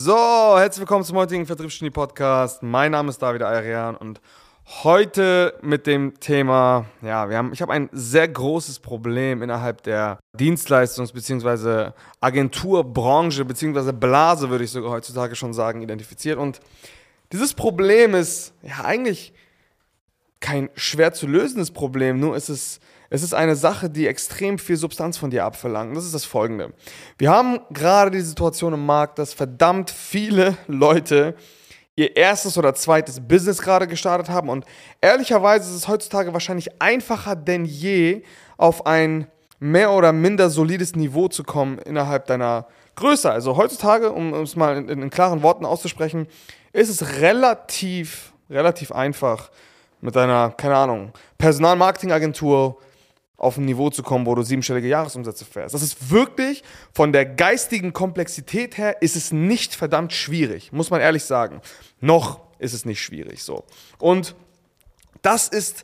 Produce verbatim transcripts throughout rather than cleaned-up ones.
So, herzlich willkommen zum heutigen Vertriebsgenie-Podcast. Mein Name ist David Ayrian und heute mit dem Thema, ja, wir haben, ich habe ein sehr großes Problem innerhalb der Dienstleistungs- bzw. Agenturbranche bzw. Blase, würde ich sogar heutzutage schon sagen, identifiziert. Und dieses Problem ist ja eigentlich kein schwer zu lösendes Problem, nur ist es Es ist eine Sache, die extrem viel Substanz von dir abverlangt. Das ist das Folgende. Wir haben gerade die Situation im Markt, dass verdammt viele Leute ihr erstes oder zweites Business gerade gestartet haben. Und ehrlicherweise ist es heutzutage wahrscheinlich einfacher denn je, auf ein mehr oder minder solides Niveau zu kommen innerhalb deiner Größe. Also heutzutage, um es mal in, in klaren Worten auszusprechen, ist es relativ, relativ einfach, mit deiner, keine Ahnung, Personalmarketingagentur auf ein Niveau zu kommen, wo du siebenstellige Jahresumsätze fährst. Das ist wirklich, von der geistigen Komplexität her, ist es nicht verdammt schwierig, muss man ehrlich sagen. Noch ist es nicht schwierig, so. Und das ist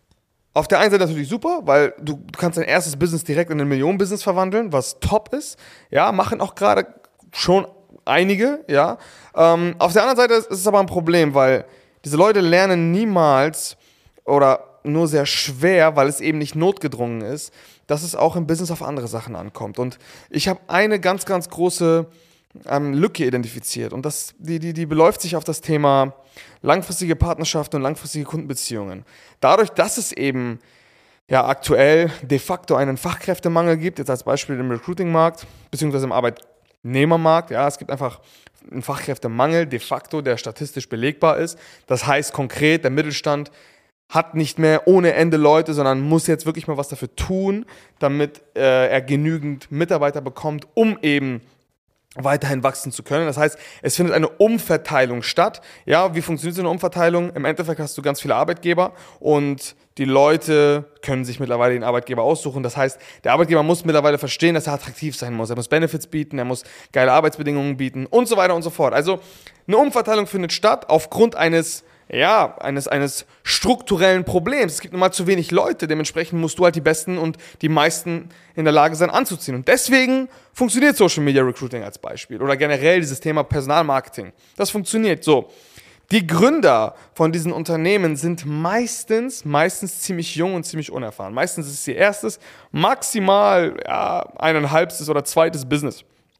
auf der einen Seite natürlich super, weil du, du kannst dein erstes Business direkt in ein Millionen-Business verwandeln, was top ist. Ja, machen auch gerade schon einige, ja. Ähm, auf der anderen Seite ist es aber ein Problem, weil diese Leute lernen niemals oder nur sehr schwer, weil es eben nicht notgedrungen ist, dass es auch im Business auf andere Sachen ankommt. Und ich habe eine ganz, ganz große ähm, Lücke identifiziert und das, die, die, die beläuft sich auf das Thema langfristige Partnerschaften und langfristige Kundenbeziehungen. Dadurch, dass es eben ja aktuell de facto einen Fachkräftemangel gibt, jetzt als Beispiel im Recruiting-Markt, beziehungsweise im Arbeitnehmermarkt, ja, es gibt einfach einen Fachkräftemangel de facto, der statistisch belegbar ist. Das heißt konkret, der Mittelstand hat nicht mehr ohne Ende Leute, sondern muss jetzt wirklich mal was dafür tun, damit äh, er genügend Mitarbeiter bekommt, um eben weiterhin wachsen zu können. Das heißt, es findet eine Umverteilung statt. Ja, wie funktioniert so eine Umverteilung? Im Endeffekt hast du ganz viele Arbeitgeber und die Leute können sich mittlerweile den Arbeitgeber aussuchen. Das heißt, der Arbeitgeber muss mittlerweile verstehen, dass er attraktiv sein muss. Er muss Benefits bieten, er muss geile Arbeitsbedingungen bieten und so weiter und so fort. Also eine Umverteilung findet statt aufgrund eines Ja, eines, eines strukturellen Problems. Es gibt nun mal zu wenig Leute, dementsprechend musst du halt die Besten und die meisten in der Lage sein anzuziehen. Und deswegen funktioniert Social Media Recruiting als Beispiel oder generell dieses Thema Personalmarketing. Das funktioniert so. Die Gründer von diesen Unternehmen sind meistens, meistens ziemlich jung und ziemlich unerfahren. Meistens ist es ihr erstes, maximal ja, eineinhalbstes oder zweites Business.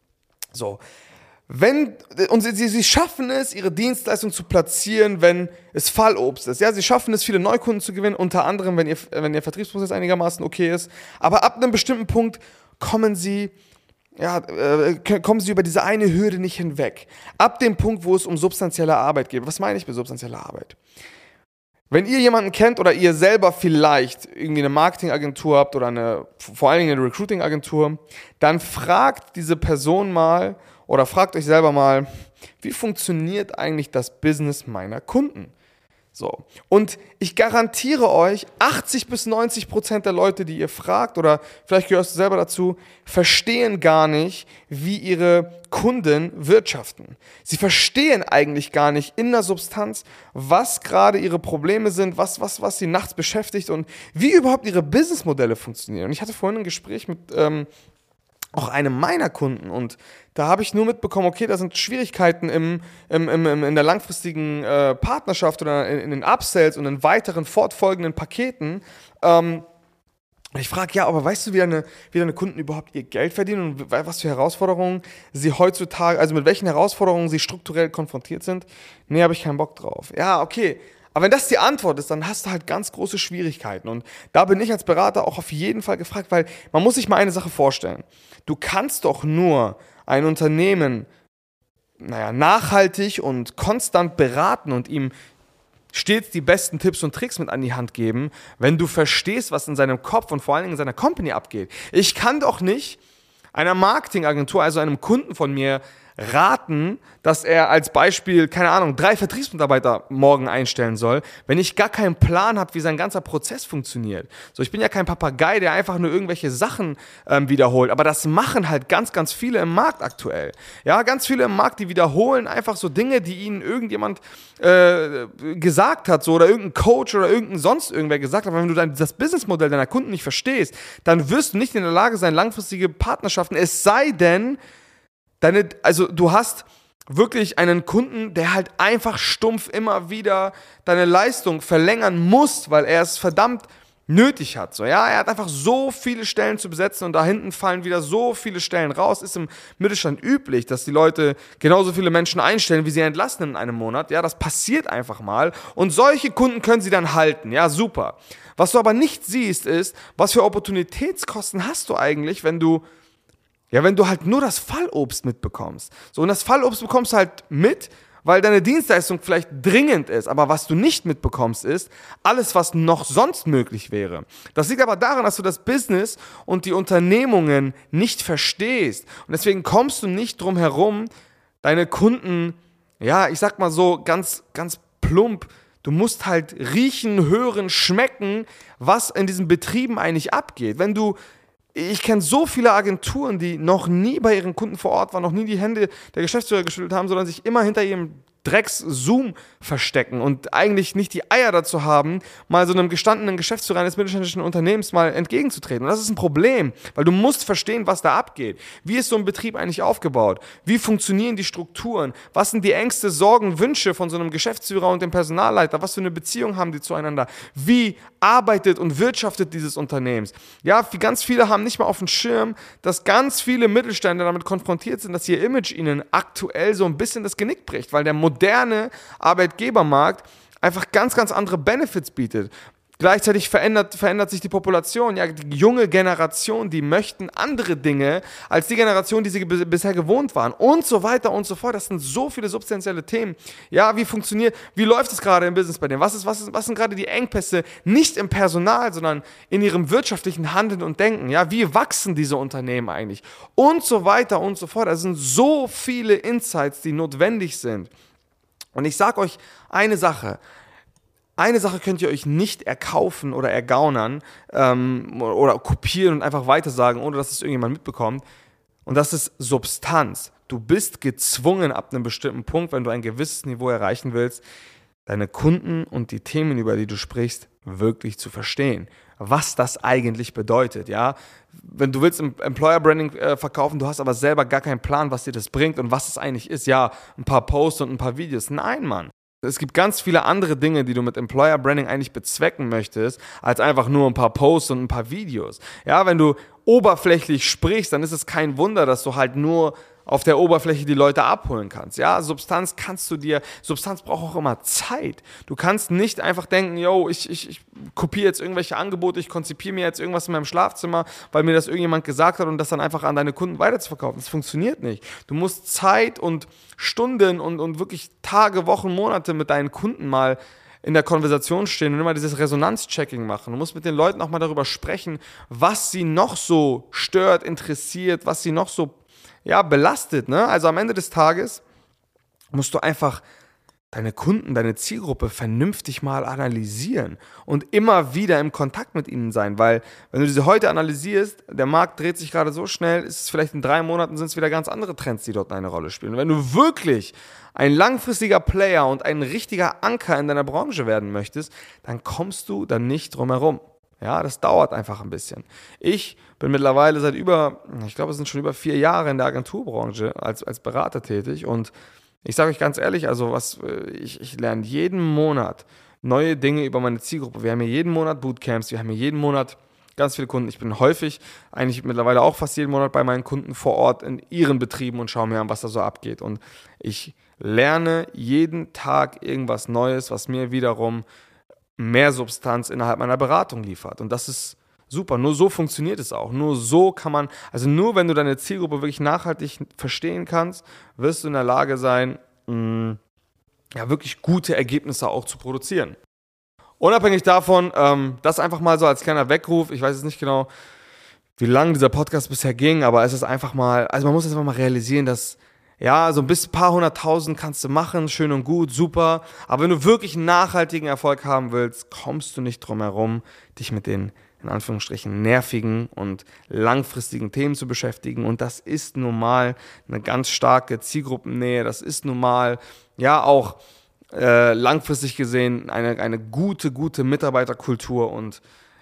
So. Wenn, und sie, sie, sie schaffen es, ihre Dienstleistung zu platzieren, wenn es Fallobst ist. Ja, sie schaffen es, viele Neukunden zu gewinnen, unter anderem, wenn ihr, wenn ihr Vertriebsprozess einigermaßen okay ist. Aber ab einem bestimmten Punkt kommen sie, ja, äh, kommen sie über diese eine Hürde nicht hinweg. Ab dem Punkt, wo es um substanzielle Arbeit geht. Was meine ich mit substanzieller Arbeit? Wenn ihr jemanden kennt oder ihr selber vielleicht irgendwie eine Marketingagentur habt oder eine, vor allen Dingen eine Recruitingagentur, dann fragt diese Person mal, oder fragt euch selber mal, wie funktioniert eigentlich das Business meiner Kunden? So. Und ich garantiere euch, achtzig bis neunzig Prozent der Leute, die ihr fragt, oder vielleicht gehörst du selber dazu, verstehen gar nicht, wie ihre Kunden wirtschaften. Sie verstehen eigentlich gar nicht in der Substanz, was gerade ihre Probleme sind, was, was, was sie nachts beschäftigt und wie überhaupt ihre Businessmodelle funktionieren. Und ich hatte vorhin ein Gespräch mit ähm, auch einem meiner Kunden und da habe ich nur mitbekommen, okay, da sind Schwierigkeiten im, im, im, in der langfristigen äh, Partnerschaft oder in, in den Upsells und in weiteren fortfolgenden Paketen. Ähm, ich frage, ja, aber weißt du, wie deine, wie deine Kunden überhaupt ihr Geld verdienen und was für Herausforderungen sie heutzutage, also mit welchen Herausforderungen sie strukturell konfrontiert sind? Nee, habe ich keinen Bock drauf. Ja, okay. Aber wenn das die Antwort ist, dann hast du halt ganz große Schwierigkeiten. Und da bin ich als Berater auch auf jeden Fall gefragt, weil man muss sich mal eine Sache vorstellen. Du kannst doch nur ein Unternehmen, naja, nachhaltig und konstant beraten und ihm stets die besten Tipps und Tricks mit an die Hand geben, wenn du verstehst, was in seinem Kopf und vor allen Dingen in seiner Company abgeht. Ich kann doch nicht einer Marketingagentur, also einem Kunden von mir, raten, dass er als Beispiel, keine Ahnung, drei Vertriebsmitarbeiter morgen einstellen soll, wenn ich gar keinen Plan habe, wie sein ganzer Prozess funktioniert. So, ich bin ja kein Papagei, der einfach nur irgendwelche Sachen ähm, wiederholt, aber das machen halt ganz, ganz viele im Markt aktuell. Ja, ganz viele im Markt, die wiederholen einfach so Dinge, die ihnen irgendjemand äh, gesagt hat, so, oder irgendein Coach oder irgendein sonst irgendwer gesagt hat. Aber wenn du dann das Businessmodell deiner Kunden nicht verstehst, dann wirst du nicht in der Lage sein, langfristige Partnerschaften, es sei denn, Deine, also du hast wirklich einen Kunden, der halt einfach stumpf immer wieder deine Leistung verlängern muss, weil er es verdammt nötig hat. So, ja, er hat einfach so viele Stellen zu besetzen und da hinten fallen wieder so viele Stellen raus. Ist im Mittelstand üblich, dass die Leute genauso viele Menschen einstellen, wie sie entlassen in einem Monat. Ja, das passiert einfach mal und solche Kunden können sie dann halten. Ja, super. Was du aber nicht siehst ist, was für Opportunitätskosten hast du eigentlich, wenn du Ja, wenn du halt nur das Fallobst mitbekommst. So, und das Fallobst bekommst du halt mit, weil deine Dienstleistung vielleicht dringend ist. Aber was du nicht mitbekommst, ist alles, was noch sonst möglich wäre. Das liegt aber daran, dass du das Business und die Unternehmungen nicht verstehst. Und deswegen kommst du nicht drum herum, deine Kunden, ja, ich sag mal so ganz, ganz plump, du musst halt riechen, hören, schmecken, was in diesen Betrieben eigentlich abgeht. Wenn du Ich kenne so viele Agenturen, die noch nie bei ihren Kunden vor Ort waren, noch nie die Hände der Geschäftsführer geschüttelt haben, sondern sich immer hinter ihrem Drecks-Zoom verstecken und eigentlich nicht die Eier dazu haben, mal so einem gestandenen Geschäftsführer eines mittelständischen Unternehmens mal entgegenzutreten. Und das ist ein Problem, weil du musst verstehen, was da abgeht. Wie ist so ein Betrieb eigentlich aufgebaut? Wie funktionieren die Strukturen? Was sind die Ängste, Sorgen, Wünsche von so einem Geschäftsführer und dem Personalleiter? Was für eine Beziehung haben die zueinander? Wie arbeitet und wirtschaftet dieses Unternehmens? Ja, ganz viele haben nicht mal auf dem Schirm, dass ganz viele Mittelständler damit konfrontiert sind, dass ihr Image ihnen aktuell so ein bisschen das Genick bricht, weil der moderne Arbeitgebermarkt einfach ganz, ganz andere Benefits bietet. Gleichzeitig verändert, verändert sich die Population. Ja, die junge Generation, die möchten andere Dinge als die Generation, die sie b- bisher gewohnt waren und so weiter und so fort. Das sind so viele substanzielle Themen. Ja, wie funktioniert, wie läuft es gerade im Business bei denen? Was ist, was ist, was sind gerade die Engpässe? Nicht im Personal, sondern in ihrem wirtschaftlichen Handeln und Denken. Ja, wie wachsen diese Unternehmen eigentlich? Und so weiter und so fort. Das sind so viele Insights, die notwendig sind. Und ich sage euch eine Sache. Eine Sache könnt ihr euch nicht erkaufen oder ergaunern ähm, oder kopieren und einfach weitersagen, ohne dass es irgendjemand mitbekommt. Und das ist Substanz. Du bist gezwungen, ab einem bestimmten Punkt, wenn du ein gewisses Niveau erreichen willst, deine Kunden und die Themen, über die du sprichst, wirklich zu verstehen. Was das eigentlich bedeutet, ja. Wenn du willst Employer Branding äh, verkaufen, du hast aber selber gar keinen Plan, was dir das bringt und was es eigentlich ist. Ja, ein paar Posts und ein paar Videos. Nein, Mann. Es gibt ganz viele andere Dinge, die du mit Employer Branding eigentlich bezwecken möchtest, als einfach nur ein paar Posts und ein paar Videos. Ja, wenn du oberflächlich sprichst, dann ist es kein Wunder, dass du halt nur auf der Oberfläche die Leute abholen kannst. Ja, Substanz kannst du dir, Substanz braucht auch immer Zeit. Du kannst nicht einfach denken, yo, ich, ich, ich kopiere jetzt irgendwelche Angebote, ich konzipiere mir jetzt irgendwas in meinem Schlafzimmer, weil mir das irgendjemand gesagt hat und das dann einfach an deine Kunden weiterzuverkaufen. Das funktioniert nicht. Du musst Zeit und Stunden und, und wirklich Tage, Wochen, Monate mit deinen Kunden mal in der Konversation stehen und immer dieses Resonanzchecking machen. Du musst mit den Leuten auch mal darüber sprechen, was sie noch so stört, interessiert, was sie noch so ja, belastet, ne? Also am Ende des Tages musst du einfach deine Kunden, deine Zielgruppe vernünftig mal analysieren und immer wieder im Kontakt mit ihnen sein, weil wenn du diese heute analysierst, der Markt dreht sich gerade so schnell, ist es vielleicht in drei Monaten sind es wieder ganz andere Trends, die dort eine Rolle spielen. Und wenn du wirklich ein langfristiger Player und ein richtiger Anker in deiner Branche werden möchtest, dann kommst du da nicht drum herum. Ja, das dauert einfach ein bisschen. Ich bin mittlerweile seit über, ich glaube, es sind schon über vier Jahre in der Agenturbranche als, als Berater tätig und ich sage euch ganz ehrlich, also was ich, ich lerne jeden Monat neue Dinge über meine Zielgruppe. Wir haben hier jeden Monat Bootcamps, wir haben hier jeden Monat ganz viele Kunden. Ich bin häufig, eigentlich mittlerweile auch fast jeden Monat bei meinen Kunden vor Ort in ihren Betrieben und schaue mir an, was da so abgeht. Und ich lerne jeden Tag irgendwas Neues, was mir wiederum mehr Substanz innerhalb meiner Beratung liefert. Und das ist super. Nur so funktioniert es auch. Nur so kann man, also nur wenn du deine Zielgruppe wirklich nachhaltig verstehen kannst, wirst du in der Lage sein, mh, ja, wirklich gute Ergebnisse auch zu produzieren. Unabhängig davon, ähm, das einfach mal so als kleiner Weckruf. Ich weiß jetzt nicht genau, wie lange dieser Podcast bisher ging, aber es ist einfach mal, also man muss jetzt einfach mal realisieren, dass ja, so ein bisschen, paar hunderttausend kannst du machen, schön und gut, super. Aber wenn du wirklich einen nachhaltigen Erfolg haben willst, kommst du nicht drum herum, dich mit den, in Anführungsstrichen, nervigen und langfristigen Themen zu beschäftigen. Und das ist nun mal eine ganz starke Zielgruppennähe. Das ist nun mal, ja, auch äh, langfristig gesehen eine, eine gute, gute Mitarbeiterkultur. Und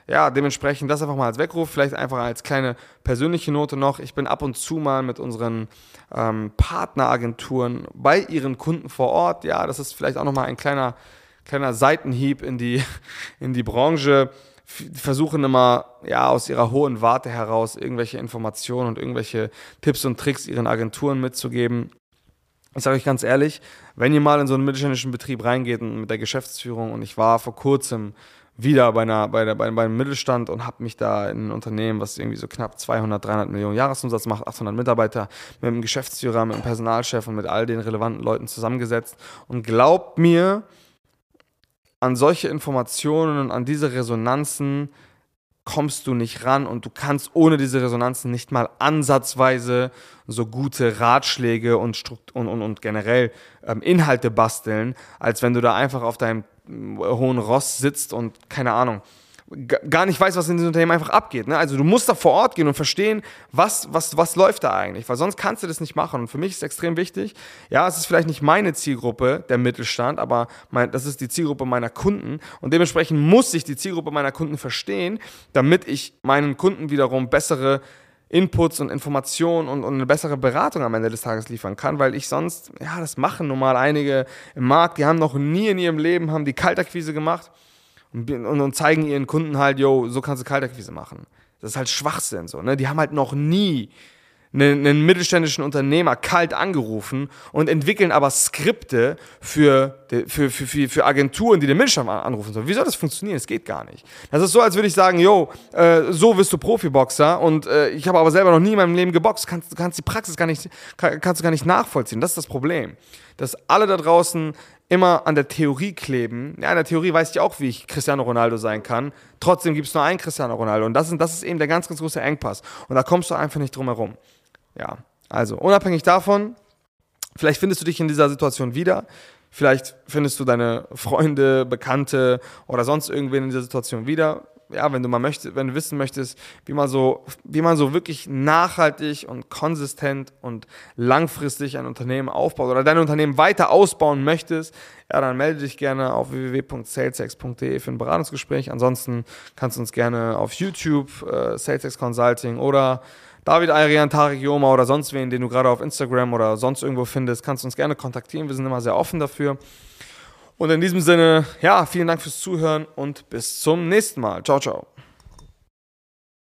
ja, dementsprechend das einfach mal als Weckruf, vielleicht einfach als kleine persönliche Note noch. Ich bin ab und zu mal mit unseren ähm, Partneragenturen bei ihren Kunden vor Ort. Ja, das ist vielleicht auch nochmal ein kleiner, kleiner Seitenhieb in die, in die Branche. Die versuchen immer, ja, aus ihrer hohen Warte heraus irgendwelche Informationen und irgendwelche Tipps und Tricks ihren Agenturen mitzugeben. Ich sage euch ganz ehrlich, wenn ihr mal in so einen mittelständischen Betrieb reingeht und mit der Geschäftsführung, und ich war vor kurzem wieder bei, einer, bei, der, bei, bei einem Mittelstand und habe mich da in ein Unternehmen, was irgendwie so knapp zweihundert, dreihundert Millionen Jahresumsatz macht, achthundert Mitarbeiter, mit einem Geschäftsführer, mit einem Personalchef und mit all den relevanten Leuten zusammengesetzt. Und glaubt mir, an solche Informationen und an diese Resonanzen kommst du nicht ran und du kannst ohne diese Resonanzen nicht mal ansatzweise so gute Ratschläge und, Strukt- und, und, und generell ähm, Inhalte basteln, als wenn du da einfach auf deinem äh, hohen Ross sitzt und, keine Ahnung, g- gar nicht weißt, was in diesem Unternehmen einfach abgeht. Ne? Also du musst da vor Ort gehen und verstehen, was, was, was läuft da eigentlich, weil sonst kannst du das nicht machen. Und für mich ist es extrem wichtig, ja, es ist vielleicht nicht meine Zielgruppe, der Mittelstand, aber mein, das ist die Zielgruppe meiner Kunden und dementsprechend muss ich die Zielgruppe meiner Kunden verstehen, damit ich meinen Kunden wiederum bessere Inputs und Informationen und, und eine bessere Beratung am Ende des Tages liefern kann, weil ich sonst, ja, das machen nun mal einige im Markt, die haben noch nie in ihrem Leben, haben die Kaltakquise gemacht und, und, und zeigen ihren Kunden halt, yo, so kannst du Kaltakquise machen. Das ist halt Schwachsinn so, ne? Die haben halt noch nie einen, einen mittelständischen Unternehmer kalt angerufen und entwickeln aber Skripte für, für, für, für, für Agenturen, die den Mittelstand anrufen sollen. Wie soll das funktionieren? Das geht gar nicht. Das ist so, als würde ich sagen, yo, äh, so wirst du Profiboxer und äh, ich habe aber selber noch nie in meinem Leben geboxt. Kannst, du kannst die Praxis gar nicht, kann, kannst du gar nicht nachvollziehen. Das ist das Problem. Dass alle da draußen immer an der Theorie kleben. Ja, in der Theorie weiß ich auch, wie ich Cristiano Ronaldo sein kann. Trotzdem gibt es nur einen Cristiano Ronaldo. Und das ist, das ist eben der ganz, ganz große Engpass. Und da kommst du einfach nicht drum herum. Ja, also unabhängig davon, vielleicht findest du dich in dieser Situation wieder, vielleicht findest du deine Freunde, Bekannte oder sonst irgendwen in dieser Situation wieder. Ja, wenn du mal möchtest, wenn du wissen möchtest, wie man so, wie man so wirklich nachhaltig und konsistent und langfristig ein Unternehmen aufbaut oder dein Unternehmen weiter ausbauen möchtest, ja, dann melde dich gerne auf w w w punkt salesx punkt d e für ein Beratungsgespräch. Ansonsten kannst du uns gerne auf YouTube, äh, SalesX Consulting oder David Ayrian, Tarek Yoma oder sonst wen, den du gerade auf Instagram oder sonst irgendwo findest, kannst du uns gerne kontaktieren. Wir sind immer sehr offen dafür. Und in diesem Sinne, ja, vielen Dank fürs Zuhören und bis zum nächsten Mal. Ciao, ciao.